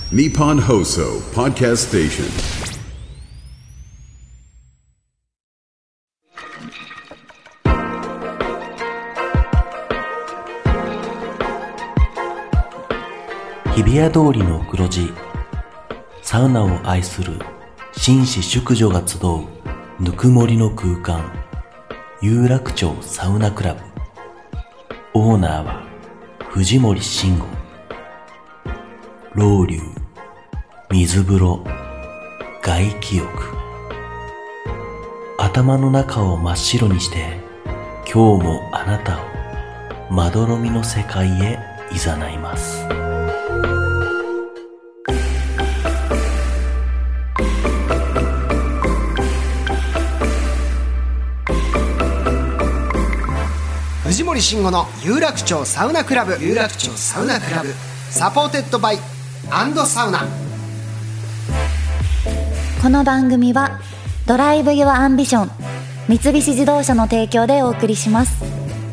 Nippon Hoso Podcast Station。 日比谷通りの黒字、サウナを愛する紳士淑女が集うぬくもりの空間、有楽町サウナクラブ。オーナーは藤森慎吾。ロウリュ、水風呂、外気浴。頭の中を真っ白にして、今日もあなたをまどろみの世界へ誘います。 藤森慎吾の有楽町サウナクラブ、有楽町サウナクラブ、サポーテッドバイアンドサウナ。 この番組はドライブ・ユア・アンビション三菱自動車の提供でお送りします。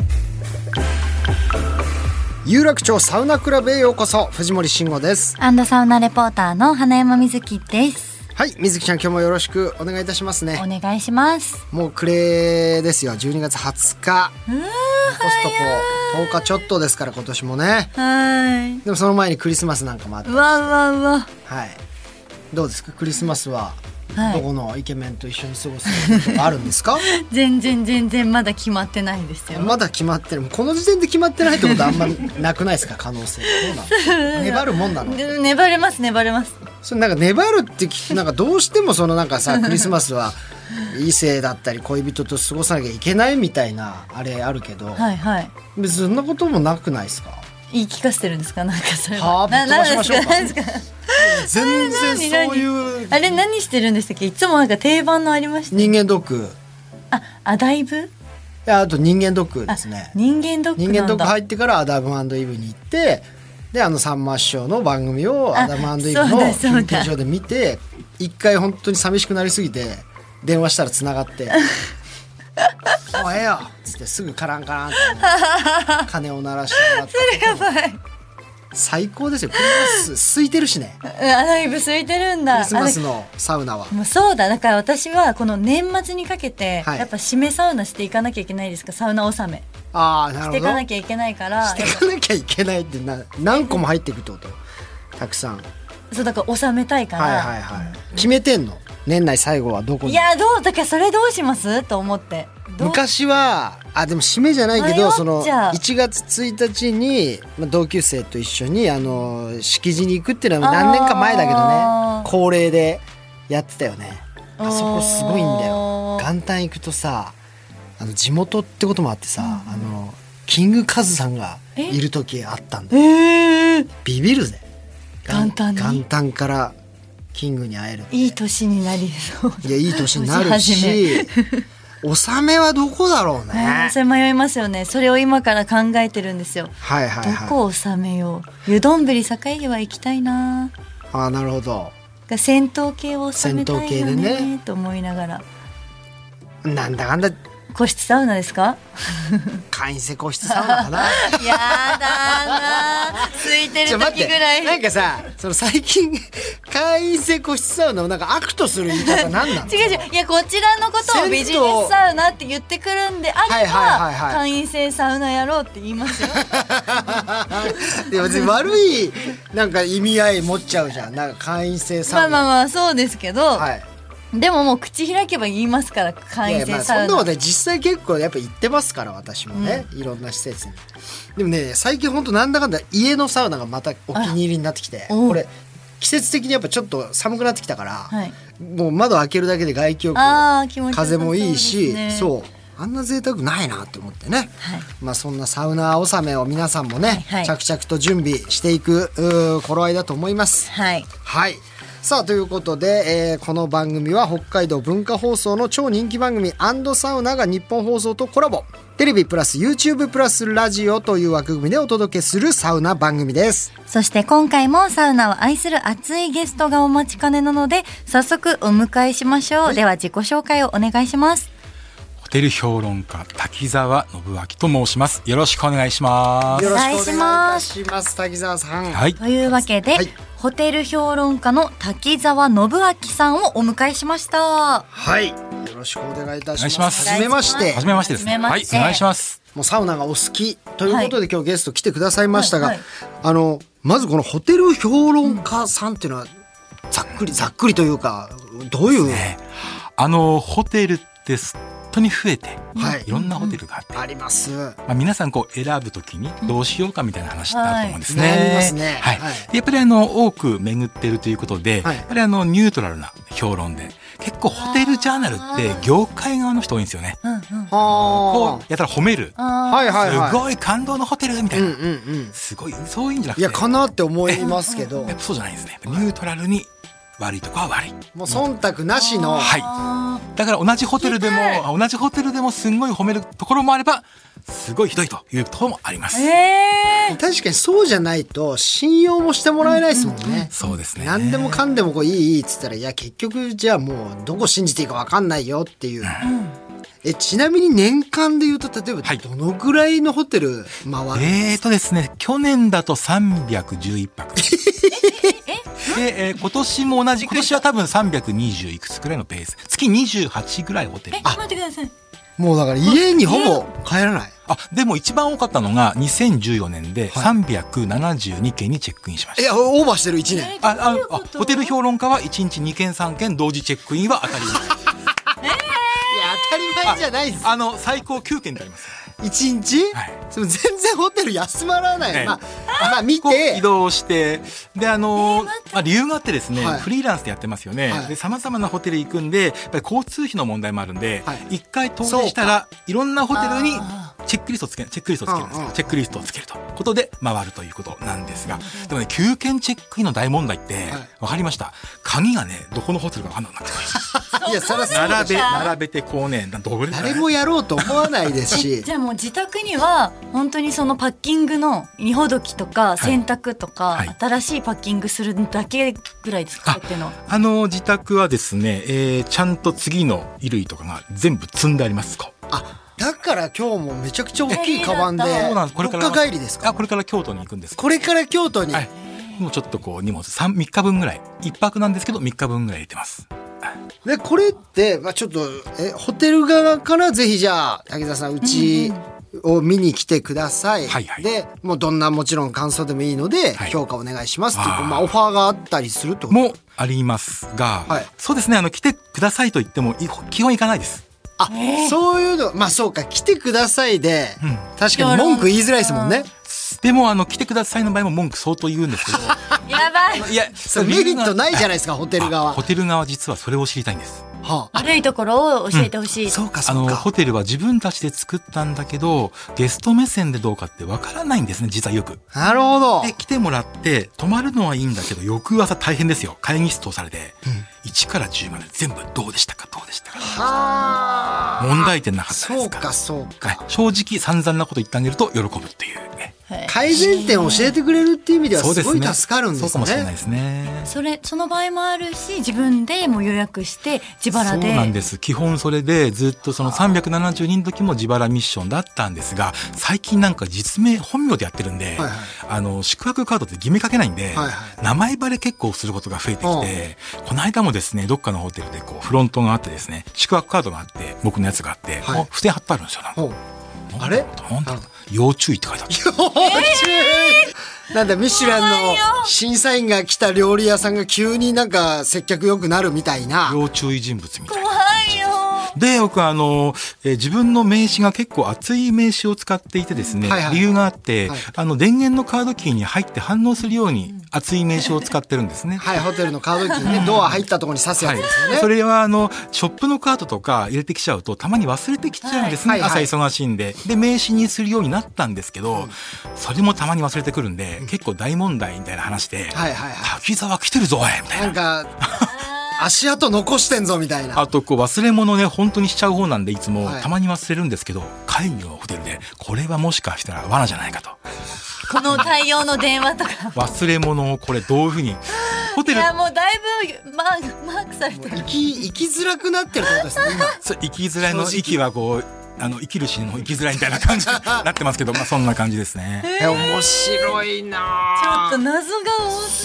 有楽町サウナクラブへようこそ。藤森慎吾です。 アンドサウナレポーターの花山瑞希です。 はい、水木ちゃん、今日もよろしくお願いいたしますね。 お願いします。 もう暮れですよ。12月20日、ポストコ10日ちょっとですから、今年もね。 はい。 でもその前にクリスマスなんかもあって、 うわうわうわ。 はい。どうですか、クリスマスは、 はい、 どこのイケメンと一緒に過ごすことがあるんですか？ 全然まだ決まってないですよ。 まだ決まってる。この時点で決まってないってことはあんまなくないですか？可能性どうなの？粘るもんなの？ 粘れます。 それなんか粘るってなんかどうしてもそのなんかさクリスマスは異性だったり恋人と過ごさなきゃいけないみたいなあれあるけど、 はいはい。 別にそんなこともなくないですか？ 言い聞かせてるんですか？なんかそれはあ、ぶっ飛ばしましょうか。全然そういうあれ何してるんでしたっけ？いつもなんか定番のありました。 人間ドック。 アダイブ？いや、あと人間ドックですね。 人間ドックなんだ。 人間ドック入ってからアダム&イブに行って、でさんま師匠の番組をアダム&イブの研究所で見て、一回本当に寂しくなりすぎて電話したら繋がってもうええよっつってすぐカランカランって鐘を鳴らしてもらった。 それやばい。 最高ですよ。クリスマス空いてるしね。 アダイブ空いてるんだ。 クリスマスのサウナは。 もうそうだ。だから私はこの年末にかけて、 はい、 やっぱ締めサウナしていかなきゃいけないですか？サウナ納め。 ああ、なるほど。 していかなきゃいけないから。 していかなきゃいけないって何個も入っていくってこと？たくさん。 そうだから納めたいから。 はいはいはい。決めてんの？年内最後はどこに？ いやだからそれどうしますと思って。 昔はでも締めじゃないけど、その1月1日に同級生と一緒に敷地に行くっていうのは何年か前だけどね、恒例でやってたよね。あそこすごいんだよ。元旦行くとさ、地元ってこともあってさ、キングカズさんがいる時あったんだよ。ビビるぜ。元旦からキングに会える。 いい年になりそう。 いや、いい年になるし納めはどこだろうね。 それ迷いますよね。それを今から考えてるんですよ。 はいはいはい。 どこを納めよう。湯どんぶり栄は行きたいな。 なるほど。 戦闘系を納めたいよ ねと思いながら。 なんだかんだ個室サウナですか？ 会員制個室サウナかな。 やだな。空いてる時ぐらい。 なんかさ、その最近会員制個室サウナをなんか悪とする言い方なんなの？ 違う。いや、こちらのことをビジネスサウナって言ってくるんであれば、会員制サウナやろうって言いますよ。 いや別に悪いなんか意味合い持っちゃうじゃん。なんか会員制サウナ。 まあそうですけど。はい。でももう口開けば言いますから、会員制サウナ。 そんなことで実際結構やっぱ行ってますから、私もね、いろんな施設に。でもね、最近ほんとなんだかんだ家のサウナがまたお気に入りになってきて、これ季節的にやっぱちょっと寒くなってきたから、もう窓開けるだけで外気浴、風もいいし、そうあんな贅沢ないなって思ってね、そんなサウナ納めを皆さんもね、着々と準備していく頃合いだと思います。はい。さあということで、この番組は北海道文化放送の超人気番組&サウナが日本放送とコラボ、テレビプラス YouTube プラスラジオという枠組みでお届けするサウナ番組です。 そして今回もサウナを愛する熱いゲストがお待ちかねなので、早速お迎えしましょう。では自己紹介をお願いします。 ホテル評論家滝沢信明と申します。よろしくお願いします。 よろしくお願いいたします。滝沢さん。 というわけで、 ホテル評論家の滝沢信明さんをお迎えしました。 はい、よろしくお願いいたします。 はじめまして。 はじめましてですね。はい、お願いします。 もうサウナがお好きということで、今日ゲスト来てくださいましたが、まずこのホテル評論家さんっていうのはざっくりというかどういう、 ホテルって本当に増えて、いろんなホテルがあって、 あります。 皆さんこう選ぶときにどうしようかみたいな話だと思うんですね。 ありますね。 はい。やっぱり多く巡ってるということで、やっぱりニュートラルな評論で、結構ホテルジャーナルって業界側の人多いんですよね。こうやったら褒める、すごい感動のホテルみたいな、すごいそういうんじゃなくて、 いやかなって思いますけど、 やっぱそうじゃないんですね。ニュートラルに悪いとこは悪い。 もう忖度なしの。 はい。だから同じホテルでもすんごい褒めるところもあれば、すごいひどいというところもあります。 確かにそうじゃないと信用もしてもらえないですもんね。 そうですね。 何でもかんでもこういいっつったら、いや結局じゃあもうどこ信じていいか分かんないよっていう。ちなみに年間でいうと例えばどのぐらいのホテル回るんですか？ ですね、去年だと311泊。で、今年も同じ、今年は多分320いくつくらいのペース。月28ぐらいホテル。 待ってください。 もうだから家にほぼ帰らない。 でも一番多かったのが2014年で372件にチェックインしました。 オーバーしてる1年。 ホテル評論家は1日2件3件同時チェックインは当たり前。 いや当たり前じゃないです。 最高9件であります。 1日、全然ホテル休まらない、見て移動して、で理由があってですね、フリーランスでやってますよね。で様々なホテル行くんで、やっぱり交通費の問題もあるんで、一回遠出したらいろんなホテルにチェックリストをつけるんですよ。チェックリストをつけるとことで回るということなんですが、でもね、9件チェックインの大問題って分かりました。鍵がね、どこのホテルか分かんなくなってくる。いや、それは並べてこうね、 誰もやろうと思わないですし。 じゃあもう自宅には本当にそのパッキングの荷ほどきとか洗濯とか、新しいパッキングするだけぐらいですかっての。 自宅はですね、ちゃんと次の衣類とかが全部積んであります。 だから今日もめちゃくちゃ大きいカバンで、 これから 4日帰りですか？ これから京都に行くんです。 これから京都に、 もうちょっとこう荷物3日分ぐらい、1泊なんですけど3日分ぐらい入れてます。 でこれって、ちょっとホテル側からぜひじゃあ滝沢さんうちを見に来てください、でもうどんなもちろん感想でもいいので、評価お願いしますっていうオファーがあったりするってこともありますが、そうですね、来てくださいと言っても基本行かないです。 そういうの、そうか、来てくださいで、確かに文句言いづらいですもんね。 でも来てくださいの場合も文句相当言うんですけどやばい。 いや、メリットないじゃないですか、ホテル側。 ホテル側実はそれを知りたいんです。 悪いところを教えてほしい。 そうかそうか。 ホテルは自分たちで作ったんだけど、ゲスト目線でどうかってわからないんですね、実はよく。 なるほど。 で来てもらって泊まるのはいいんだけど、翌朝大変ですよ。会議室通されて、1から10まで全部どうでしたか問題点なかったですか。 そうか。 正直散々なこと言ってあげると喜ぶっていうね。 改善点を教えてくれるっていう意味ではすごい助かるんですね。 そうかもしれないですね。 その場合もあるし、自分でも予約して自腹で。 そうなんです。基本それでずっとその370人の時も自腹ミッションだったんですが、最近なんか実名本名でやってるんで、宿泊カードって義務かけないんで、名前バレ結構することが増えてきて、この間もですね、どっかのホテルでこうフロントがあってですね、宿泊カードがあって僕のやつがあって、付箋貼ってあるんですよ。 あれ？ 要注意って書いてあった。 要注意。なんだ、ミシュランの審査員が来た料理屋さんが急になんか接客良くなるみたいな。 要注意人物みたいな。 怖いよ。 で、僕自分の名刺が結構厚い名刺を使っていてですね、理由があって、電源のカードキーに入って反応するように厚い名刺を使ってるんですね。 ホテルのカードキーね、ドア入ったところに刺すやつですよね。 それはショップのカードとか入れてきちゃうとたまに忘れてきちゃうんですね。朝忙しいんで。で、名刺にするようになったんですけど、それもたまに忘れてくるんで、結構大問題みたいな話で、滝沢来てるぞ、おいみたいな。 なんか、足跡残してんぞみたいな。 あと忘れ物ね、本当にしちゃう方なんで、いつもたまに忘れるんですけど、会議のホテルでこれはもしかしたら罠じゃないかと。 この対応の電話とか忘れ物をこれどういうふうにホテル。 いやもうだいぶマークされてる。 生きづらくなってるってことですね今。 生きづらいの息はこう生きる死の生きづらいみたいな感じになってますけど、そんな感じですね。 面白いな。 ちょっと謎が多すぎます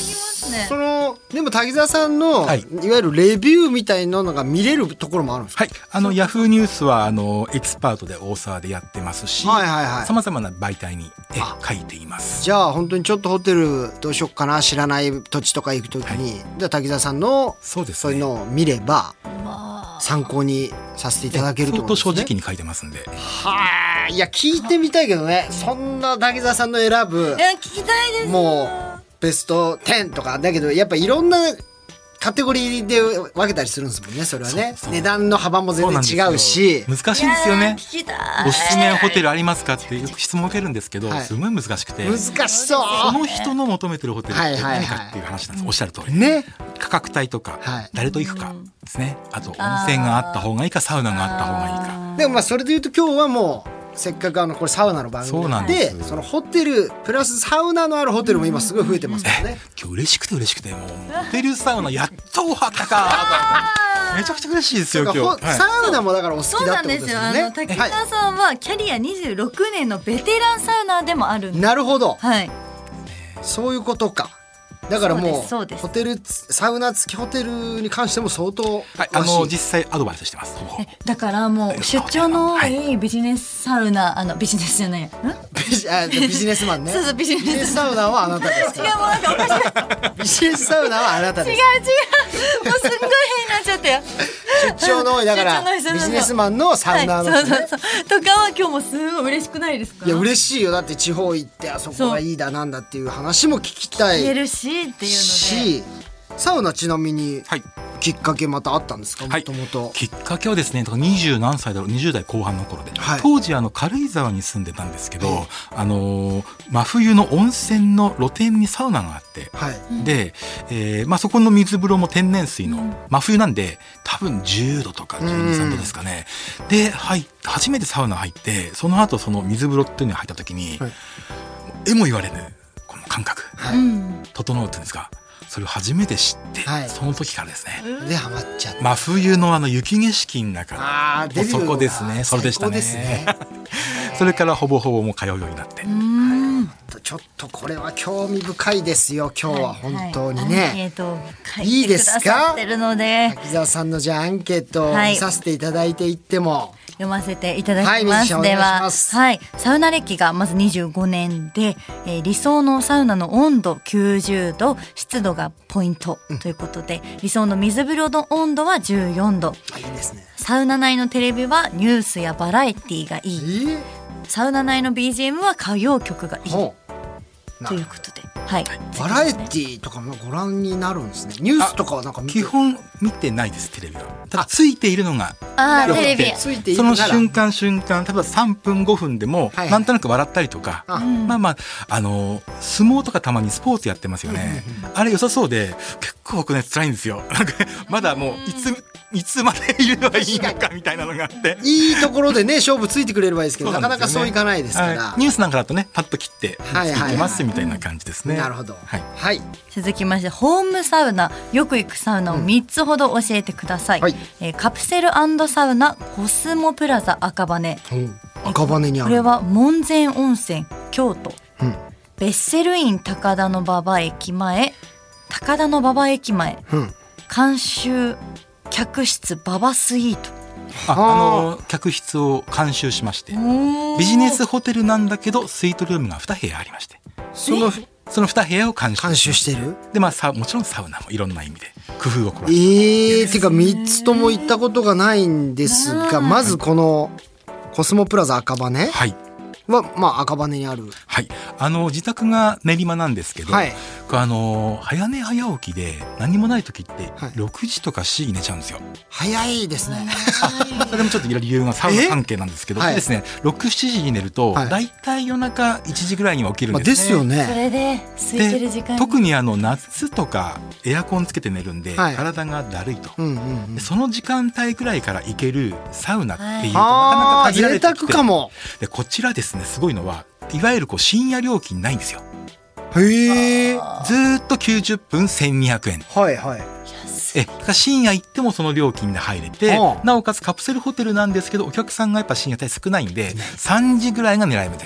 ますね。 でも滝沢さんの、いわゆるレビューみたいなのが見れるところもあるんですか？ はい、ヤフーニュースはエキスパートで大沢でやってますし、さまざまな媒体に書いています。 じゃあ本当にちょっとホテルどうしようかな、知らない土地とか行くときに、じゃあ滝沢さんのそういうのを見れば参考にさせていただけると思うんですね。 相当正直に書いてますんで。 はい、いや聞いてみたいけどね、そんな滝沢さんの選ぶ、 いや聞きたいです。 もうベスト10とかだけど、やっぱいろんなカテゴリーで分けたりするんですもんね。それはね、値段の幅も全然違うし、 難しいんですよね。 聞きたい。 おすすめホテルありますかってよく質問を受けるんですけど、すごい難しくて、 難しそう。 その人の求めてるホテルって何かっていう話なんです。おっしゃる通りね。価格帯とか、誰と行くかですね。あと温泉があった方がいいか、サウナがあった方がいいか。 でもまあそれでいうと今日はもうせっかくこれサウナの番組で、そのホテルプラスサウナのあるホテルも今すごい増えてますからね。 今日嬉しくてもうホテルサウナやっと終わったかめちゃくちゃ嬉しいですよ今日。 サウナもだからお好きだってことですよね。 そうなんですよ。滝沢さんはキャリア26年のベテランサウナーでもあるんです。 なるほど。 はい。 そういうことか。だからもうそうですホテルサウナ付きホテルに関しても相当実際アドバイスしてます。 だからもう出張のいいビジネスサウナ、ビジネスじゃないビジネスマンね。 そうビジネスサウナはあなたですから。 違う、もうなんかおかしい。 ビジネスサウナはあなたです。 違うもうすんごい変になっちゃったよ。 出張のだからビジネスマンのサウナの人ね。 とかは今日もすごい嬉しくないですか？ いや嬉しいよ。だって地方行ってあそこがいいだなんだっていう話も聞きたい。 言えるしっていうので。 サウナちなみにきっかけまたあったんですか？もともときっかけはですね、20何歳だろう、20代後半の頃で、当時軽井沢に住んでたんですけど、真冬の温泉の露天にサウナがあって、で、そこの水風呂も天然水の、真冬なんで多分10度とか12、13度ですかね。で、初めてサウナ入って、その後その水風呂っていうのに入った時に、えも言われぬこの感覚、整うっていうんですか、それを初めて知って、その時からですね。 でハマっちゃった。 真冬の雪景色の中のそこですね。それでしたね。それからほぼほぼもう通うようになって。 ちょっとこれは興味深いですよ。今日は本当にね。 いいですか？ 滝沢さんのじゃあアンケートを見させていただいていっても。 読ませていただきます。では、サウナ歴がまず25年で、理想のサウナの温度90度、湿度がポイントということで、理想の水風呂の温度は14度。 いいですね。 サウナ内のテレビはニュースやバラエティがいい。サウナ内の BGM は歌謡曲がいい。ということで、 バラエティとかもご覧になるんですね。ニュースとかはなんか基本見てないです。テレビはただついているのがテレビその瞬間例えば3分5分でもなんとなく笑ったりとか、相撲とかたまにスポーツやってますよね。あれ良さそうで結構僕ね辛いんですよ。なんかまだもういつまでいればいいのかみたいなのがあって、いいところでね勝負ついてくれればいいですけど、なかなかそういかないですから、 ニュースなんかだとねパッと切っていきますみたいな感じですね。 なるほど。 続きましてホームサウナ、よく行くサウナを3つほど教えてください。カプセル&サウナコスモプラザ赤羽。 赤羽にある。 これは門前温泉京都、ベッセルイン高田馬場駅前、監修客室馬場スイート。 客室を監修しまして、ビジネスホテルなんだけどスイートルームが2部屋ありまして、その2部屋を監修してる。 でもちろんサウナもいろんな意味で工夫を凝らして。 てか3つとも行ったことがないんですが、まずこのコスモプラザ赤羽は赤羽にある。 自宅が練馬なんですけど、早寝早起きで何もない時って6時とか7時に寝ちゃうんですよ。 早いですね。 それもちょっと理由がサウナ関係なんですけど、ですね、6、7時に寝るとだいたい夜中1時ぐらいには起きるんですね。 ですよね。 それで空いてる時間、 特に夏とかエアコンつけて寝るんで体がだるいと、その時間帯ぐらいから行けるサウナっていうとなかなか限られてきて、 贅沢かも。 でこちらですね、すごいのはいわゆる深夜料金ないんですよ。ずーっと90分1200円。深夜行ってもその料金で入れて、なおかつカプセルホテルなんですけど、お客さんがやっぱ深夜帯少ないんで3時ぐらいが狙い目です。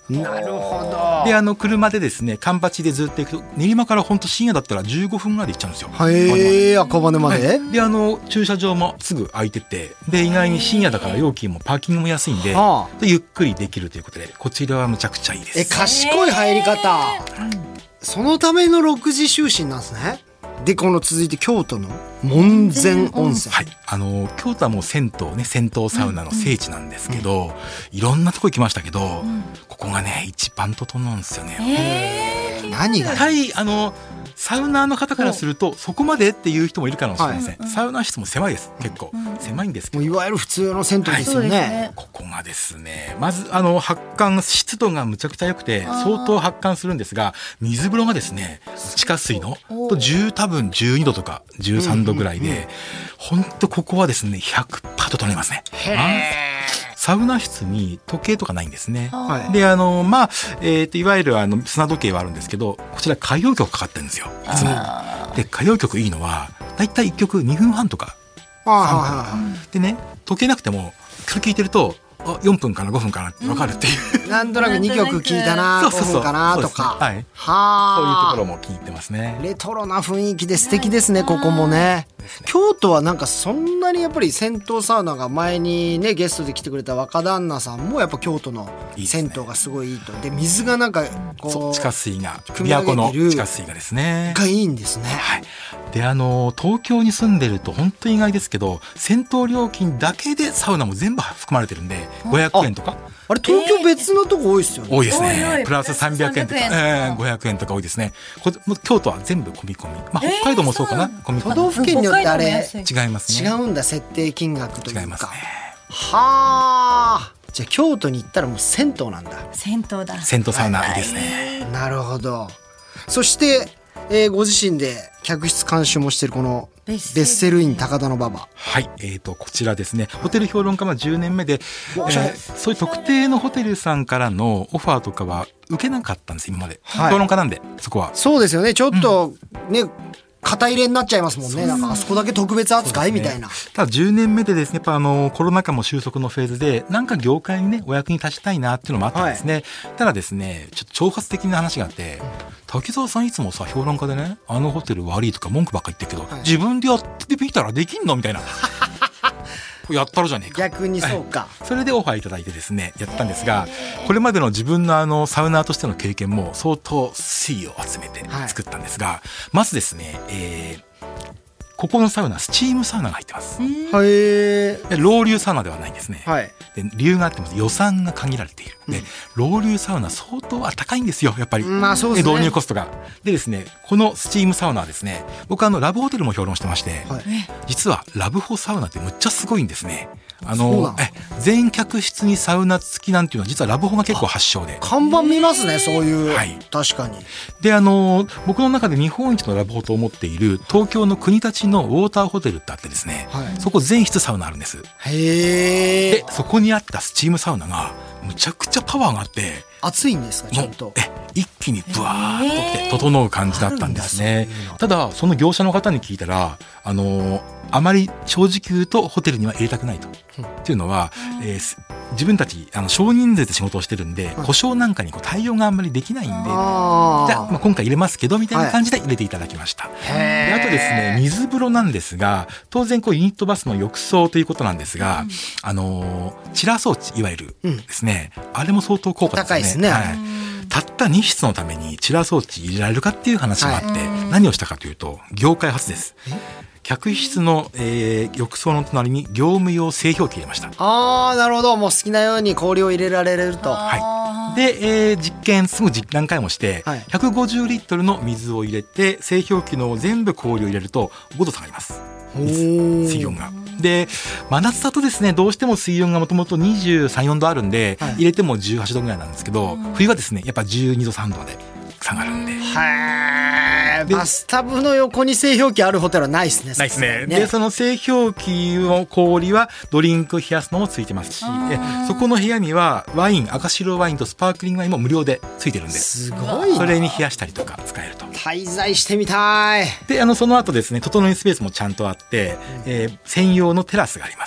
なるほど。 で車でですねカンパチでずっと行くと練馬から本当深夜だったら15分ぐらいで行っちゃうんですよ。 へえ、赤羽まで、 はい、で駐車場もすぐ空いてて、で意外に深夜だから料金もパーキングも安いんで、でゆっくりできるということでこちらはむちゃくちゃいいです。 賢い入り方、そのための6時就寝なんですね。で続いて京都の門前温泉、 はい、京都はもう銭湯ね、銭湯サウナの聖地なんですけど、いろんなとこ行きましたけど、ここがね一番整うんですよね。 何がサウナーの方からするとそこまでっていう人もいるかもしれません、サウナ室も狭いです。結構狭いんですけど、 いわゆる普通の銭湯ですよね、 ここがですね、まず発汗湿度がむちゃくちゃ良くて相当発汗するんですが、水風呂がですね地下水の多分12度とか13度ぐらいで、本当ここはですね 100% 整いますね。サウナ室に時計とかないんですね。でいわゆる砂時計はあるんですけど、こちら歌謡曲かかってるんですよいつも。で歌謡曲いいのはだいたい1曲2分半とかでね、時計なくても聞いてると4分かな5分かなって分かるっていうなんとなく2曲聴いたな5分かなとか、 そういうところも聞いてますね。 レトロな雰囲気で素敵ですね、ここもね。京都はなんかそんなにやっぱり銭湯サウナが、前にねゲストで来てくれた若旦那さんもやっぱ京都の銭湯がすごいいいと。で水がなんかこう地下水が琵琶湖の地下水がですねがいいんですね。 はい、で東京に住んでると本当に意外ですけど、銭湯料金だけでサウナも全部含まれてるんで500円とか。 あれ東京別のとこ多いですよね。 多いですね。プラス300円とか500円とか多いですね。京都は全部込み込み、北海道もそうかな、込み込み。 都道府県によってあれ違いますね。 違うんだ、設定金額というか。 違いますね。 はあ、じゃあ京都に行ったらもう銭湯なんだ。 銭湯だ。 銭湯サウナいいですね。 なるほど。そして、ご自身で客室監修もしているこのベッセルイン高田馬場。 はい、こちらですね、ホテル評論家は10年目で、そういう特定のホテルさんからのオファーとかは受けなかったんです今まで、評論家なんで。そこはそうですよね。ちょっとね、肩入れになっちゃいますもんね。なんかあそこだけ特別扱いみたいな。 ただ10年目でですね、やっぱコロナ禍も収束のフェーズで、なんか業界にねお役に立ちたいなっていうのもあったんですね。ただですね、ちょっと挑発的な話があって、滝沢さんいつもさ評論家でね、ホテル悪いとか文句ばっか言ってるけど、自分でやってみたらできんのみたいなやったらじゃねえか。 逆にそうか、 それでオファーいただいてですねやったんですが、これまでの自分のサウナーとしての経験も相当粋を集めて作ったんですが、まずですね、ここのサウナスチームサウナが入ってます。ロウリュサウナではないんですね。で理由があってます。予算が限られている。でロウリュサウナ相当は高いんですよやっぱり、 そうですね、 導入コストが。でですね、このスチームサウナはですね、僕ラブホテルも評論してまして、実はラブホサウナってむっちゃすごいんですね。全客室にサウナ付きなんていうのは実はラブホが結構発祥で、 看板見ますね、そういう、確かに。 で僕の中で日本一のラブホと思っている東京の国立のウォーターホテルってあってですね、そこ全室サウナあるんです。でそこにあったスチームサウナがむちゃくちゃパワーがあって、 暑いんですか、ちゃんと。 一気にブワーッときて整う感じだったんですね。ただその業者の方に聞いたら、あまり正直言うとホテルには入れたくないと。っていうのは、自分たち少人数で仕事をしてるんで、故障なんかに対応があんまりできないんで、じゃあ、今回入れますけどみたいな感じで入れていただきました。であとですね、水風呂なんですが、当然ユニットバスの浴槽ということなんですが、チラー装置いわゆるですね、あれも相当効果ですね。 高いですね。 たった2室のためにチラー装置入れられるかっていう話があって、何をしたかというと業界初です。客室の、浴槽の隣に業務用製氷機入れました。 なるほど。もう好きなように氷を入れられると。 で、すぐ実何回もして、150リットルの水を入れて製氷機の全部氷を入れると5度下がります。水温が。で真夏だとですね、どうしても水温がもともと23、4度あるんで、入れても18度ぐらいなんですけど、冬はですねやっぱ12度3度で下がるんで。 バスタブの横に製氷機あるホテルはないですね。 ないですね。でその製氷機の氷はドリンク冷やすのもついてますし、そこの部屋にはワイン、赤白ワインとスパークリングワインも無料でついてるんで、 すごい。 それに冷やしたりとか使えると。 滞在してみたい。 でその後ですね、整いスペースもちゃんとあって、専用のテラスがあります。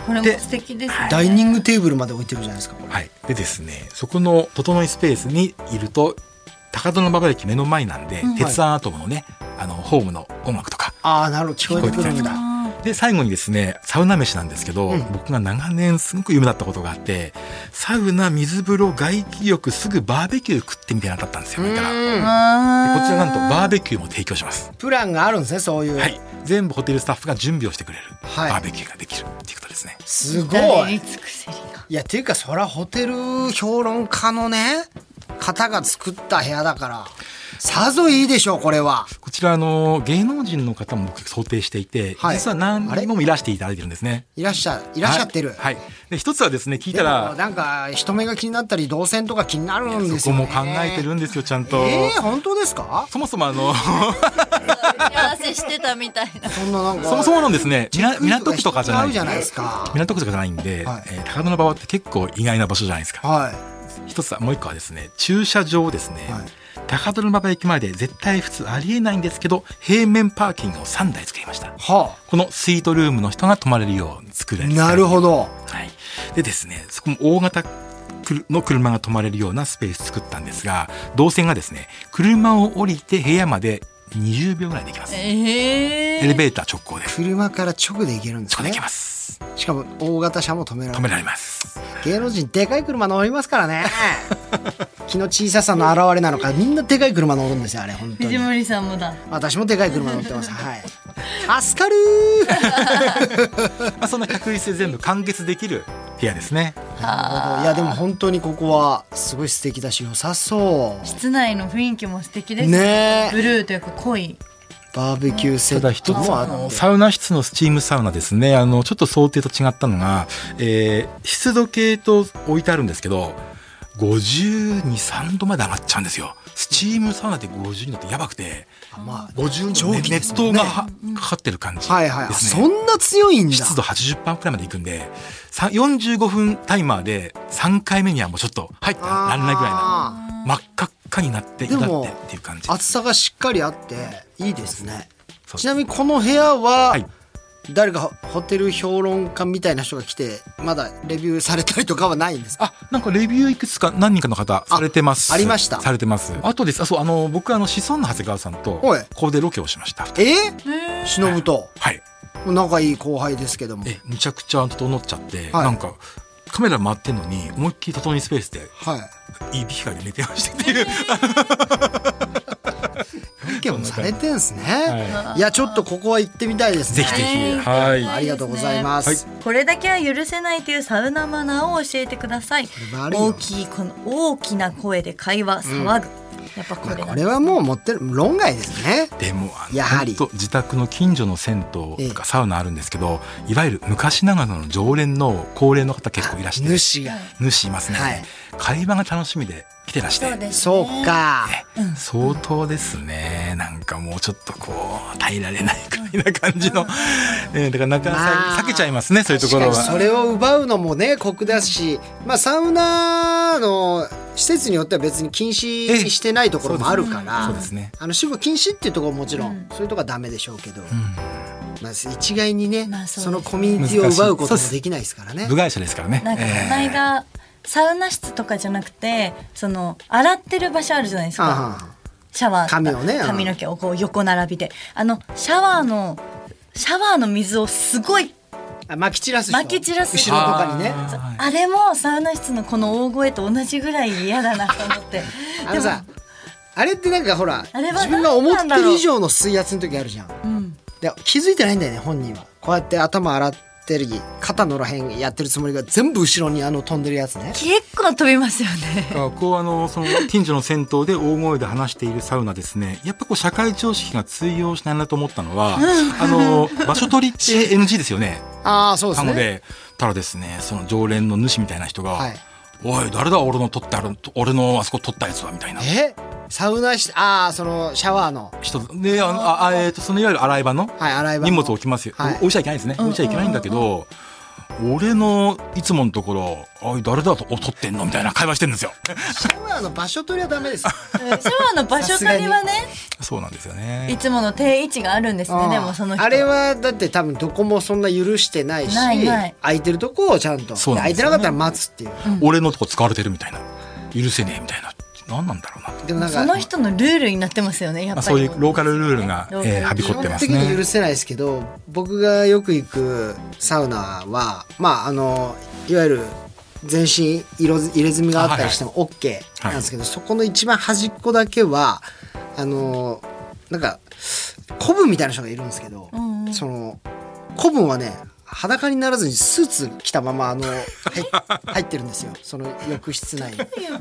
これも素敵ですね。 ダイニングテーブルまで置いてるじゃないですか、これ。 はい。でですね、そこの整いスペースにいると、高田馬場駅目の前なんで、鉄腕アトムのね、ホームの音楽とか。 なるほど、聞こえてくるんだ。 で、最後にですね、サウナ飯なんですけど、僕が長年すごく夢だったことがあって、サウナ、水風呂、外気浴、すぐバーベキュー食ってみたいなのだったんですよ、だから。でこちらなんとバーベキューも提供します。 プランがあるんですね、そういう。 はい。全部ホテルスタッフが準備をしてくれる。バーベキューができるっていうことですね。 すごい。いや、っていうか、そらホテル評論家のね、方が作った部屋だからさぞいいでしょう。これはこちら芸能人の方も僕想定していて、実は何人もいらしていただいてるんですね。 いらっしゃってる。 はい。で一つはですね、聞いたらなんか人目が気になったり動線とか気になるんですよね。 そこも考えてるんですよ、ちゃんと。 本当ですか？ そもそも打ち合わせしてたみたいな。 そんななんかそもそもなんですね、港区とかじゃないじゃないですか。 港区とかじゃないんで、高田馬場って結構意外な場所じゃないですか。 はい。 一つは、もう一個はですね、駐車場ですね。高田馬場駅前で絶対普通ありえないんですけど、平面パーキングを3台作りました。このスイートルームの人が泊まれるように作られて。 なるほど。 はい。でですね、そこも大型の車が止まれるようなスペース作ったんですが、動線がですね、車を降りて部屋まで20秒ぐらいで行きます。エレベーター直行で。 車から直で行けるんですね。 直で行けます。 しかも大型車も止められます。 芸能人でかい車乗りますからね。気の小ささの表れなのか、みんなでかい車乗るんですよ、あれ。本当に。 藤森さんもだ。 私もでかい車乗ってます。はい。助かるそんな確率で全部完結できる部屋ですね。 なるほど。いや、でも本当にここはすごい素敵だし良さそう。 室内の雰囲気も素敵ですね。ブルーというか濃いバーベキューセット。ただ一つサウナ室のスチームサウナですね。ちょっと想定と違ったのが、湿度計と置いてあるんですけど、52、3度まで上がっちゃうんですよ。スチームサウナって52度ってやばくて、50度の熱湯がかかってる感じですね。 はいはい。そんな強いんだ。 湿度 80% くらいまでいくんで、45分タイマーで3回目にはもうちょっと入ってられないぐらいな、真っ赤っかになっていたっていう感じ。 厚さがしっかりあっていいですね。ちなみにこの部屋は、誰かホテル評論家みたいな人が来てまだレビューされたりとかはないんですか？ なんかレビューいくつか何人かの方されてます。 ありました。 されてます。あとです。僕シソンの長谷川さんとここでロケをしました。 忍と。 はい。 仲いい後輩ですけども。 むちゃくちゃ整っちゃって、なんかカメラ回ってんのに思いっきり整いスペースでいい光で寝てましたっていう。 ロケもされてんすね。いや、ちょっとここは行ってみたいですね。 ぜひぜひ。はい。 ありがとうございます。 これだけは許せないというサウナマナーを教えてください。大きな声で会話騒ぐ。やっぱこれはもう持ってる論外ですね。 でもやはり自宅の近所の銭湯とかサウナあるんですけど、いわゆる昔ながらの常連の高齢の方結構いらして、主いますね。会話が楽しみで来てらして。 そうか。 相当ですね。なんかもうちょっと耐えられないくらいな感じの、だからなかなか避けちゃいますね、そういうところは。 それを奪うのもね酷だし、サウナの施設によっては別に禁止してないところもあるから、死後禁止っていうところももちろんそういうところはダメでしょうけど、一概にねそのコミュニティを奪うこともできないですからね。 部外者ですからね。 なんかこの間サウナ室とかじゃなくて、洗ってる場所あるじゃないですか。シャワー髪の毛を横並びで、シャワーの水をすごい撒き散らす後ろとかにね。あれもサウナ室のこの大声と同じぐらい嫌だなと思って。 あれってなんかほら自分が思ってる以上の水圧の時あるじゃん。で気づいてないんだよね、本人は。こうやって頭洗ってる肩のらへんやってるつもりが全部後ろに飛んでるやつね。 結構飛びますよね。 その近所の銭湯で大声で話しているサウナですね。やっぱ社会常識が通用しないなと思ったのは、場所取りって NG ですよね。 そうですね。 なのでただですね、その常連の主みたいな人が、おい誰だ俺のあそこ取ったやつはみたいな。 サウナそのシャワーの人で、そのいわゆる洗い場の荷物を置きますよ。置いちゃいけないですね。置いちゃいけないんだけど、 俺のいつものところあい誰だと撮ってんのみたいな会話してるんですよ。 シャワーの場所取りはダメですよ。 シャワーの場所取りはね、 そうなんですよね。 いつもの定位置があるんですね。でもその人あれはだって多分どこもそんな許してないし、 ない空いてるとこをちゃんと、空いてなかったら待つっていう、 俺のとこ使われてるみたいな、許せねえみたいな、何なんだろうな。 でもなんかその人のルールになってますよね、やっぱり。 そういうローカルルールが、はびこってますね。 基本的に許せないですけど、僕がよく行くサウナはいわゆる全身入れ墨があったりしても OK なんですけど、そこの一番端っこだけはなんか古文みたいな人がいるんですけど、その古文はね裸にならずにスーツ着たまま入ってるんですよ、その浴室内に。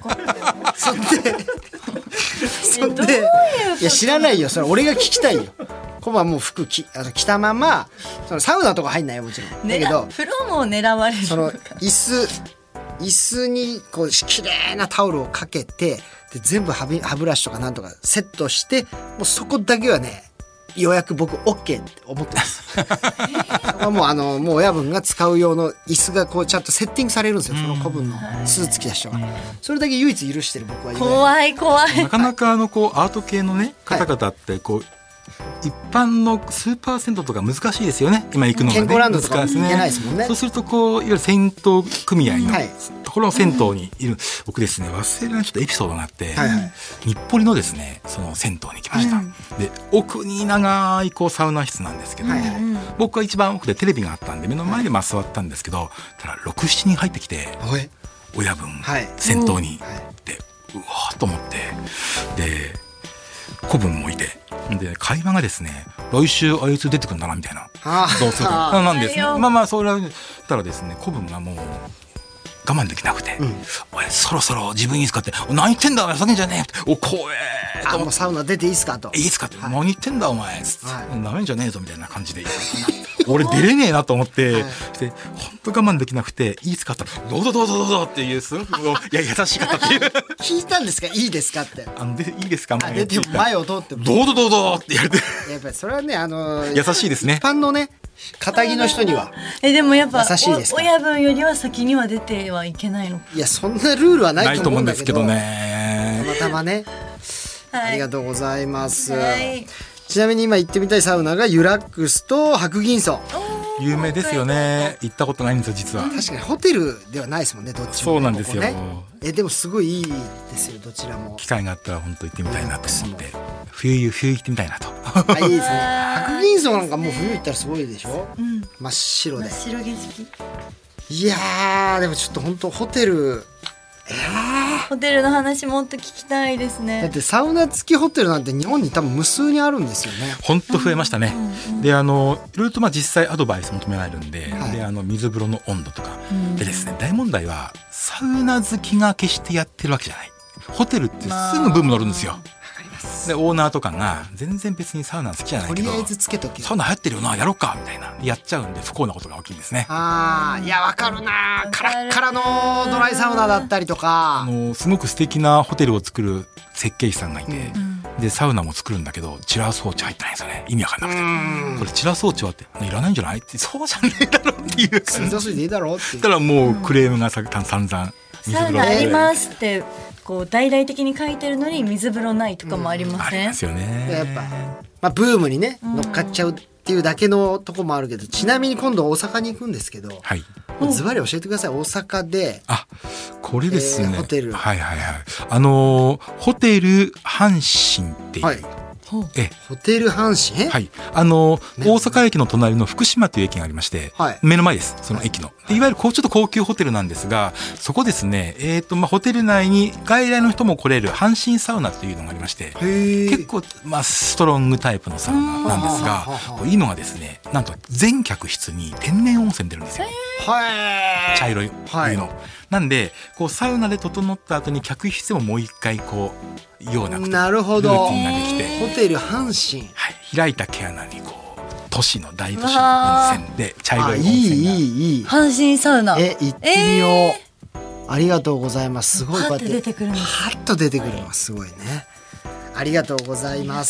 そんでいや知らないよ、それ俺が聞きたいよ。古文はもう服着たままそのサウナとか入んないよもちろん。だけど風呂も狙われる。 その椅子にこう綺麗なタオルをかけて、で全部歯ブラシとかなんとかセットして、もうそこだけはねようやく僕 OK って思ってます。もう親分が使う用の椅子がこうちゃんとセッティングされるんですよ、その古文のスーツ着た人が。それだけ唯一許してる僕は。 怖い怖い。 なかなかこうアート系のね方々ってこう、一般のスーパー銭湯とか難しいですよね、今行くのがね。 健康ランドとかも行けないですもんね。 そうするとこういわゆる銭湯組合のところの銭湯にいる、僕ですね忘れられないちょっとエピソードがあって、日暮里のですねその銭湯に行きました。で奥に長いこうサウナ室なんですけど、僕は一番奥でテレビがあったんで目の前で座ったんですけど、ただ 6,7 人入ってきて親分、銭湯にでうわーと思って、で古文もいて、で会話がですね来週あいつ出てくるんだなみたいな、どうするなんですね。それはたらですね古文がもう我慢できなくて、おいそろそろ自分いいですかって、何言ってんだお前ふざけんじゃねえ、お怖えと、 もうサウナ出ていいですかと、 いいですかって、何言ってんだお前つって、なめんじゃねえぞみたいな感じで俺出れねえなと思って、本当我慢できなくていいですかってどうぞどうぞどうぞっていう、すごく優しかったっていう聞いたんですか、いいですかって。 いいですか出て前を通ってどうぞどうぞって言われて、 やっぱりそれはね優しいですね。 一般のね肩着の人にはでもやっぱ優しいですか。 親分よりは先には出てはいけないの。 いやそんなルールはないと思うんだけど、 ないと思うんですけどね。 たまたまね、ありがとうございます。ちなみに今行ってみたいサウナがユラックスと白銀荘。 有名ですよね。行ったことないんですよ実は。 確かにホテルではないですもんね、どっちも。 そうなんですよ。 でもすごいいいですよどちらも。 機会があったら本当行ってみたいなと思って、冬行ってみたいなと。 いいですね。白銀荘なんかもう冬行ったらすごいでしょ、真っ白で。 真っ白景色。 いやーでもちょっと本当ホテルホテルの話もっと聞きたいですね。 だってサウナ付きホテルなんて日本に多分無数にあるんですよね。 本当増えましたね。でいろいろと実際アドバイス求められるんで、で水風呂の温度とか、でですね、大問題はサウナ好きが決してやってるわけじゃない。ホテルってすぐブーム乗るんですよ。でオーナーとかが全然別にサウナ好きじゃないけど、 とりあえずつけとけ、 サウナ流行ってるよなやろうかみたいなやっちゃうんで不幸なことが起きるんですね。 いやわかるな。カラッカラのドライサウナだったりとか、 すごく素敵なホテルを作る設計士さんがいて、でサウナも作るんだけどチラー装置入ってないんですよね。意味わかんなくて、これチラー装置はっていらないんじゃないって、そうじゃねえだろっていう水道水でいいだろうって言ったらもうクレームが散々、 サウナありますってこう大々的に書いてるのに水風呂ないとかもありません？ ありますよね。 やっぱ、ブームにね乗っかっちゃうっていうだけのとこもあるけど、ちなみに今度大阪に行くんですけど、ズバリ教えてください。大阪でこれですね、 ホテル、 ホテル阪神っていう、 ホテル阪神、 大阪駅の隣の福島という駅がありまして、目の前です、その駅の。でいわゆるちょっと高級ホテルなんですが、そこですね、ホテル内に外来の人も来れる阪神サウナというのがありまして、結構、ストロングタイプのサウナなんですが、いいのがですね、なんと全客室に天然温泉出るんですよ。茶色い湯の。なんでこうサウナで整った後に客室でももう一回こうようなことルーティンができて、 ホテル阪神、 開いた毛穴にこう都市の大都市の温泉で茶色い温泉がいい阪神サウナ行ってみよう。ありがとうございます。すごいこうやってハッと出てくるんです。 ハッと出てくるのすごいね。ありがとうございます。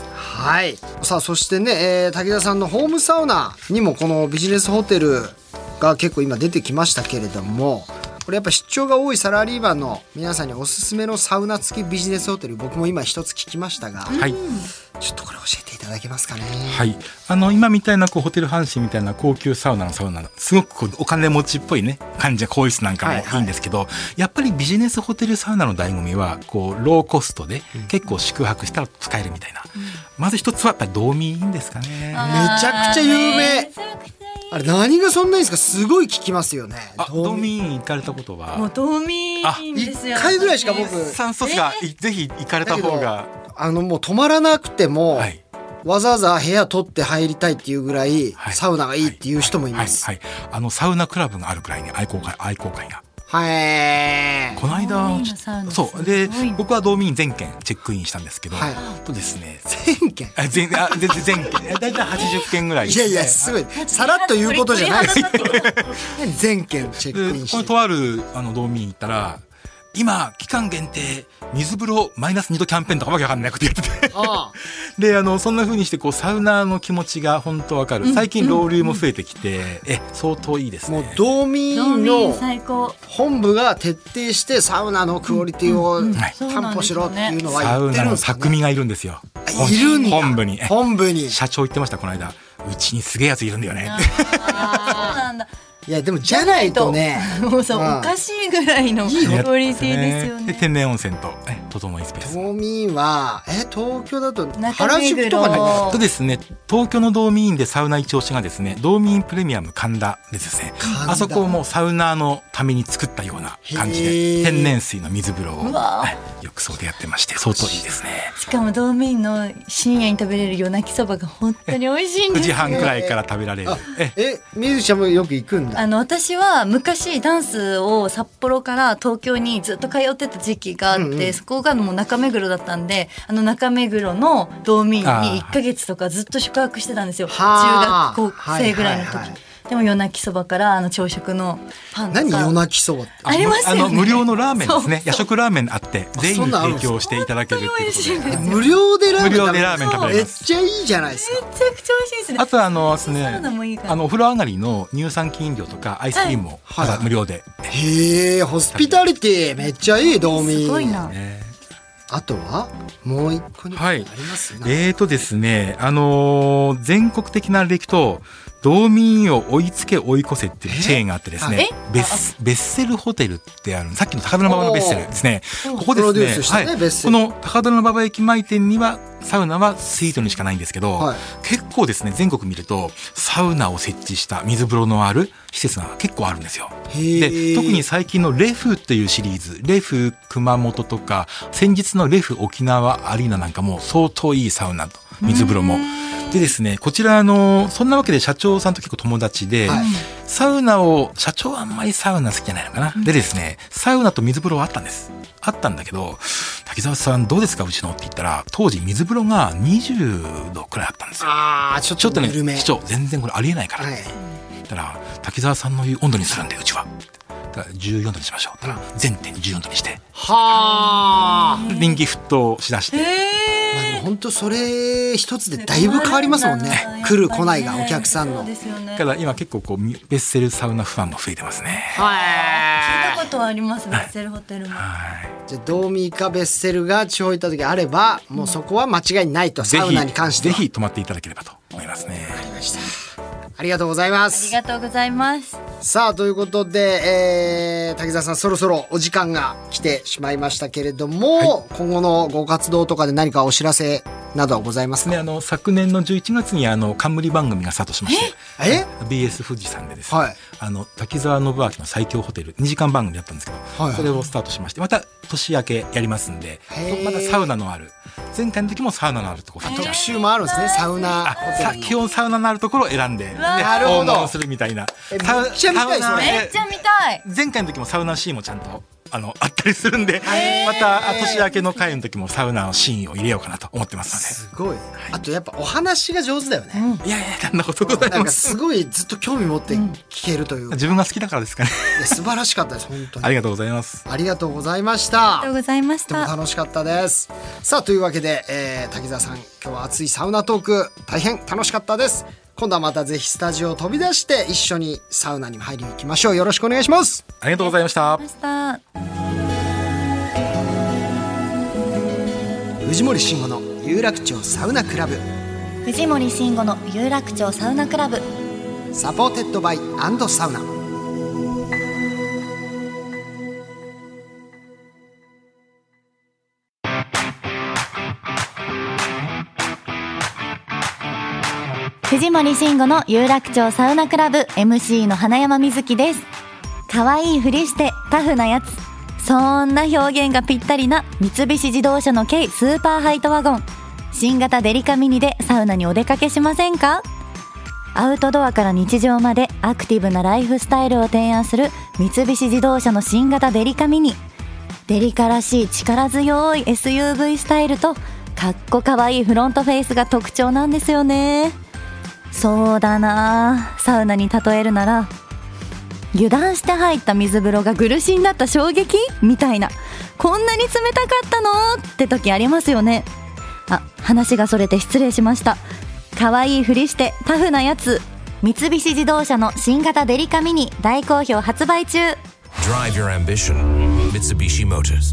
さあそしてね、武田さんのホームサウナにもこのビジネスホテルが結構今出てきましたけれども、これやっぱ出張が多いサラリーマンの皆さんにおすすめのサウナ付きビジネスホテル、僕も今一つ聞きましたが、はい、ちょっとこれ教えていただけますかね。 はい、今みたいなホテル阪神みたいな高級サウナすごくお金持ちっぽいね感じ、更衣室なんかもいいんですけど、やっぱりビジネスホテルサウナの醍醐味はローコストで結構宿泊したら使えるみたいな、まず一つはやっぱりドーミーいいんですかね。めちゃくちゃ有名。あれ何がそんなにいいですか？すごい聞きますよね。 ドーミーン行かれたことは？ もうドーミーンですよ。 1回ぐらいしか僕。 サンソスがぜひ行かれた方が。 もう泊まらなくても、はい、わざわざ部屋取って入りたいっていうぐらい、はい、サウナがいいっていう人もいます。 はいはいはい、サウナクラブがあるくらいに愛好会が。 はい。 この間そうで僕はドーミーン全件チェックインしたんですけど、はい、とですね全件全件だいたい80件ぐらい、ね、 いやすごいさらっと言うことじゃないです全件チェックインして、 これとあるドーミーン行ったら今期間限定水風呂-2度キャンペーンとかわけわかんないことやっててでそんな風にしてサウナーの気持ちが本当わかる、最近ロウリュも増えてきて、相当いいですね。 もうドーミーンの本部が徹底してサウナのクオリティを担保しろっていうのは言ってるんですかね。 サウナの匠がいるんですよ。 いるんだ。 本部に社長言ってましたこの間、うちにすげえやついるんだよねってそうなんだ。 いやでもじゃないとね、 もうさ、おかしいぐらいのクオリティですよね。 で天然温泉と整いスペース。 ドーミーンは東京だと原宿とかにとですね、東京のドーミーンでサウナ一押しがですね、ドーミーンプレミアム神田でですね、あそこもサウナーのために作ったような感じで天然水の水風呂を浴槽でやってまして、相当いいですね。 しかもドーミーンの深夜に食べれる夜泣きそばが本当に美味しいんですよ。 9時半くらいから食べられる。 みずちゃんもよく行くんだ。 私は昔ダンスを札幌から東京にずっと通ってた時期があって、そこがもう中目黒だったんで、中目黒のドーミーンに1ヶ月とかずっと宿泊してたんですよ、中学校生ぐらいの時、でも夜泣きそばから朝食のパンとか。 何夜泣きそばってありますよね。 無料のラーメンですね。夜食ラーメンあって全員に提供していただけるっていうことで、 無料でラーメン食べれます。 めっちゃいいじゃないですか。 めちゃくちゃ美味しいですね。 あとお風呂上がりの乳酸菌飲料とかアイスクリームも無料で。 へえ、ホスピタリティめっちゃいいドーミーン。 すごいな。 あとはもう一個にありますですね、全国的な歴とドーミーンを追いつけ追い越せっていうチェーンがあってですね、ベッセルホテルってある、さっきの高田馬場のベッセルですね。ここですね、この高田馬場駅前店にはサウナはスイートにしかないんですけど、結構ですね、全国見るとサウナを設置した水風呂のある施設が結構あるんですよ。で特に最近のレフっていうシリーズ、レフ熊本とか先日のレフ沖縄アリーナなんかも相当いいサウナと水風呂もでですね、こちらそんなわけで社長さんと結構友達で、サウナを、社長はあんまりサウナ好きじゃないのかな、でですね、サウナと水風呂はあったんだけど、滝沢さんどうですかうちのって言ったら、当時水風呂が20度くらいあったんですよ。ちょっとね、市長全然これありえないから、だから滝沢さんの言う温度にするんでうちはだから14度にしましょう、全店14度にして、人気沸騰しだして、 本当それ一つでだいぶ変わりますもんね。来る来ないがお客さんの。 だから今結構ベッセルサウナファンも増えてますね。 聞いたことあります、ベッセルホテルも。 じゃあドーミーかベッセルが地方行った時あれば、もうそこは間違いないと、サウナに関してはぜひ泊まっていただければと思いますね。 わかりました。ありがとうございます。 ありがとうございます。 さあということで、滝沢さんそろそろお時間が来てしまいましたけれども、今後のご活動とかで何かお知らせなどはございますか？ 昨年の11月に冠番組がスタートしまして、BS 富士山でですね、滝沢信明の最強ホテル2時間番組だったんですけど、それをスタートしまして、また年明けやりますんで、またサウナのある、前回の時もサウナのあるところ、 特集もあるんですね。サウナホテル、 基本サウナのあるところを選んで訪問するみたいな。 めっちゃ見たい、それめっちゃ見たい。 前回の時もサウナシーンもちゃんとあったりするんで、また年明けの回の時もサウナのシーンを入れようかなと思ってますので。 すごい。あとやっぱお話が上手だよね。 いやそんなことございます。 なんかすごいずっと興味持って聞けるという。 自分が好きだからですかね。 素晴らしかったです本当に。 ありがとうございます。 ありがとうございました。 ありがとうございました。 とても楽しかったです。さあというわけで、滝沢さん今日は熱いサウナトーク大変楽しかったです。 今度はまたぜひスタジオを飛び出して一緒にサウナに入りに行きましょう。よろしくお願いします。 ありがとうございました。 藤森慎吾の有楽町サウナクラブ。 藤森慎吾の有楽町サウナクラブ、 サポーテッドバイ&サウナ。 藤森慎吾の有楽町サウナクラブ MC の花山瑞希です。可愛いふりしてタフなやつ、そんな表現がぴったりな三菱自動車の軽スーパーハイトワゴン、新型デリカミニでサウナにお出かけしませんか？アウトドアから日常までアクティブなライフスタイルを提案する三菱自動車の新型デリカミニ。デリカらしい力強い SUV スタイルとかっこかわいいフロントフェイスが特徴なんですよね。そうだな、サウナに例えるなら油断して入った水風呂が苦しんだった衝撃みたいな、こんなに冷たかったのって時ありますよね。話がそれて失礼しました。可愛いふりしてタフなやつ、三菱自動車の新型デリカミニ大好評発売中。 Drive your ambition. Mitsubishi Motors。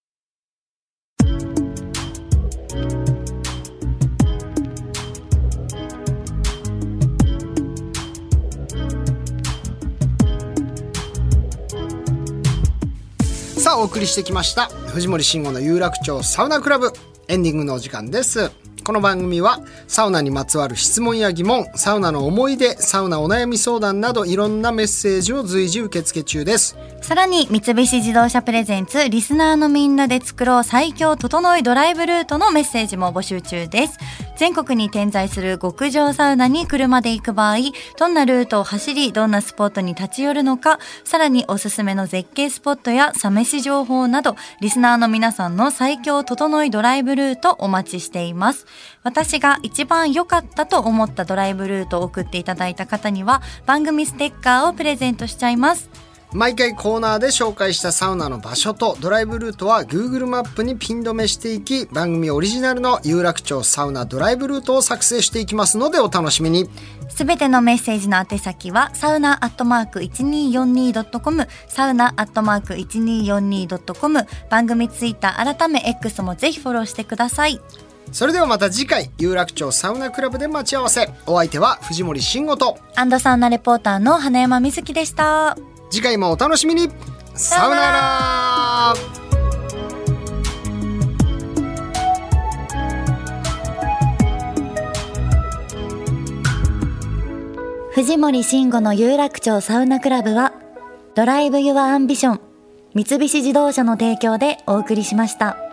さあお送りしてきました藤森慎吾の有楽町サウナクラブ、エンディングのお時間です。この番組はサウナにまつわる質問や疑問、サウナの思い出、サウナお悩み相談などいろんなメッセージを随時受け付け中です。 さらに三菱自動車プレゼンツリスナーのみんなで作ろう最強整いドライブルートのメッセージも募集中です。全国に点在する極上サウナに車で行く場合、どんなルートを走りどんなスポットに立ち寄るのか、さらにおすすめの絶景スポットやサ飯情報など、リスナーの皆さんの最強整いドライブルートお待ちしています。私が一番良かったと思ったドライブルートを送っていただいた方には番組ステッカーをプレゼントしちゃいます。 毎回コーナーで紹介したサウナの場所とドライブルートは Google マップにピン止めしていき、番組オリジナルの有楽町サウナドライブルートを作成していきますのでお楽しみに。 すべてのメッセージの宛先はサウナ@1242.com、サウナ@1242.com、番組ツイッター改め X もぜひフォローしてください。 それではまた次回有楽町サウナクラブで待ち合わせ。お相手は藤森慎吾とアンドサウナレポーターの花山瑞希でした。 次回もお楽しみに。さよなら。 藤森慎吾の有楽町サウナクラブはドライブユアアンビション三菱自動車の提供でお送りしました。